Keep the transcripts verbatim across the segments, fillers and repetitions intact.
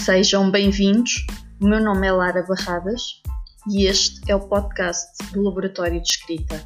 Sejam bem-vindos, o meu nome é Lara Barradas e este é o podcast do Laboratório de Escrita.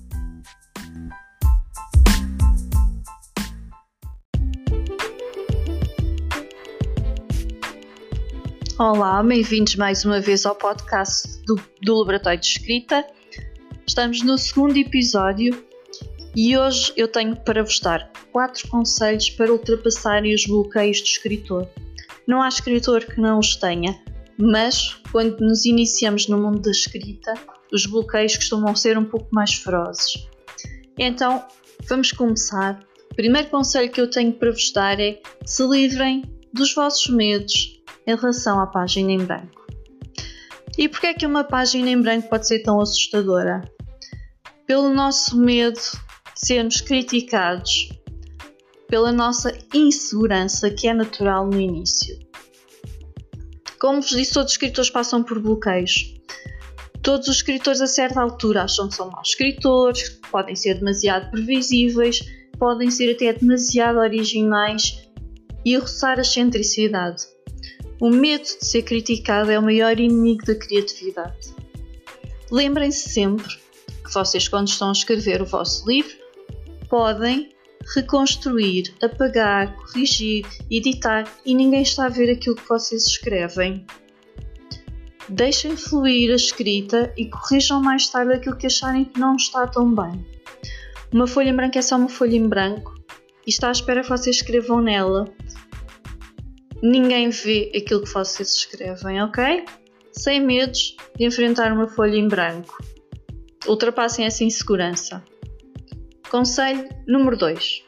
Olá, bem-vindos mais uma vez ao podcast do, do Laboratório de Escrita. Estamos no segundo episódio e hoje eu tenho para vos dar quatro conselhos para ultrapassarem os bloqueios do escritor. Não há escritor que não os tenha, mas quando nos iniciamos no mundo da escrita, os bloqueios costumam ser um pouco mais ferozes. Então, vamos começar. O primeiro conselho que eu tenho para vos dar é que se livrem dos vossos medos em relação à página em branco. E porquê é que uma página em branco pode ser tão assustadora? Pelo nosso medo de sermos criticados, pela nossa insegurança que é natural no início. Como vos disse, todos os escritores passam por bloqueios. Todos os escritores a certa altura acham que são maus escritores, podem ser demasiado previsíveis, podem ser até demasiado originais e roçar a excentricidade. O medo de ser criticado é o maior inimigo da criatividade. Lembrem-se sempre que vocês, quando estão a escrever o vosso livro, podem reconstruir, apagar, corrigir, editar e ninguém está a ver aquilo que vocês escrevem. Deixem fluir a escrita e corrijam mais tarde aquilo que acharem que não está tão bem. Uma folha em branco é só uma folha em branco e está à espera que vocês escrevam nela. Ninguém vê aquilo que vocês escrevem, ok? Sem medos de enfrentar uma folha em branco. Ultrapassem essa insegurança. Conselho número dois.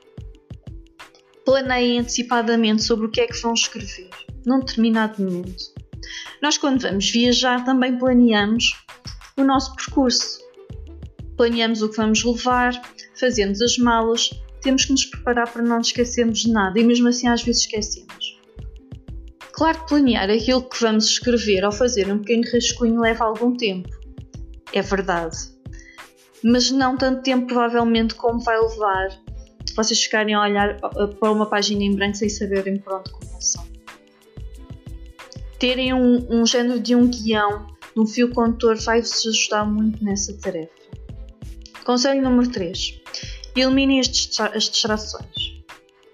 Planeiem antecipadamente sobre o que é que vão escrever, num determinado momento. Nós, quando vamos viajar, também planeamos o nosso percurso. Planeamos o que vamos levar, fazemos as malas, temos que nos preparar para não nos esquecermos de nada e mesmo assim às vezes esquecemos. Claro que planear aquilo que vamos escrever ou fazer um pequeno rascunho leva algum tempo. É verdade. Mas não tanto tempo provavelmente como vai levar vocês ficarem a olhar para uma página em branco sem saberem por onde começam. Terem um, um género de um guião, de um fio condutor, vai-vos ajudar muito nessa tarefa. Conselho número três. Eliminem as, distra- as distrações.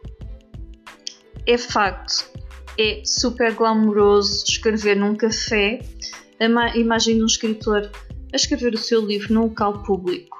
É facto, é super glamouroso escrever num café. Imagine um escritor a escrever o seu livro num local público.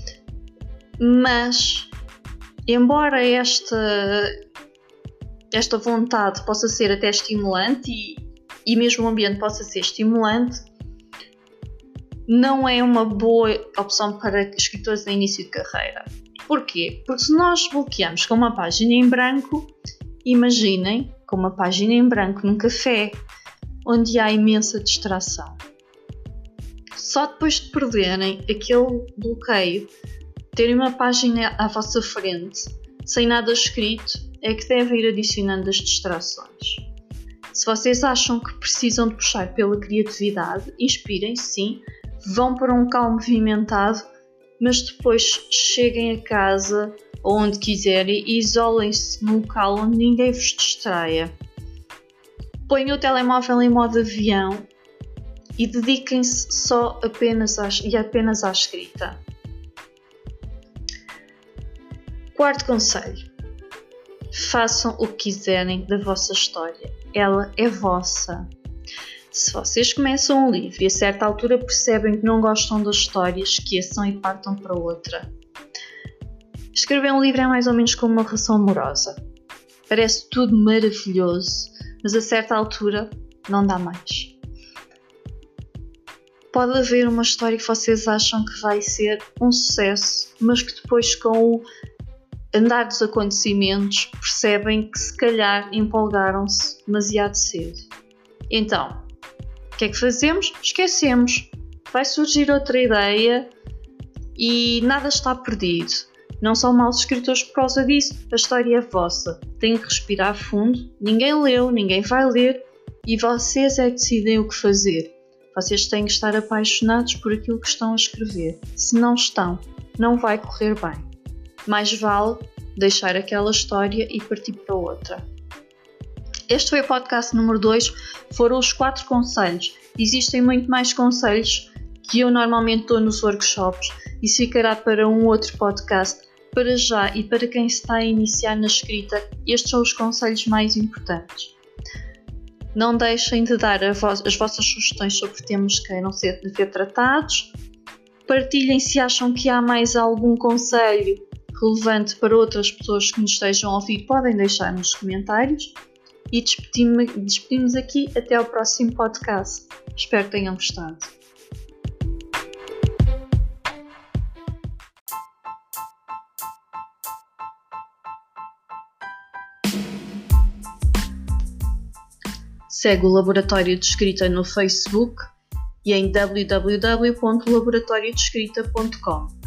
Mas, embora esta, esta vontade possa ser até estimulante e, e mesmo o ambiente possa ser estimulante, não é uma boa opção para escritores de início de carreira. Porquê? Porque se nós bloqueamos com uma página em branco, imaginem com uma página em branco num café, onde há imensa distração. Só depois de perderem aquele bloqueio, terem uma página à vossa frente, sem nada escrito, é que devem ir adicionando as distrações. Se vocês acham que precisam de puxar pela criatividade, inspirem-se sim, vão para um local movimentado, mas depois cheguem a casa ou onde quiserem e isolem-se num local onde ninguém vos distraia. Ponham o telemóvel em modo avião e dediquem-se só apenas à, e apenas à escrita. Quarto conselho. Façam o que quiserem da vossa história. Ela é vossa. Se vocês começam um livro e a certa altura percebem que não gostam da história, esqueçam e partam para outra. Escrever um livro é mais ou menos como uma relação amorosa. Parece tudo maravilhoso, mas a certa altura não dá mais. Pode haver uma história que vocês acham que vai ser um sucesso, mas que depois, com o andar dos acontecimentos, percebem que se calhar empolgaram-se demasiado cedo. Então, o que é que fazemos? Esquecemos. Vai surgir outra ideia e nada está perdido. Não são maus escritores por causa disso. A história é vossa. Têm que respirar fundo. Ninguém leu, ninguém vai ler e vocês é que decidem o que fazer. Vocês têm que estar apaixonados por aquilo que estão a escrever. Se não estão, não vai correr bem. Mais vale deixar aquela história e partir para outra. Este foi o podcast número dois, foram os quatro conselhos. Existem muito mais conselhos que eu normalmente dou nos workshops. Isso ficará para um outro podcast. Para já e para quem está a iniciar na escrita, estes são os conselhos mais importantes. Não deixem de dar vo- as vossas sugestões sobre temas que queiram ser, ser tratados. Partilhem se acham que há mais algum conselho relevante para outras pessoas que nos estejam a ouvir, podem deixar nos comentários. E despedimos, despedimos aqui até ao próximo podcast. Espero que tenham gostado. Segue o Laboratório de Escrita no Facebook e em w w w ponto laboratório de escrita ponto com.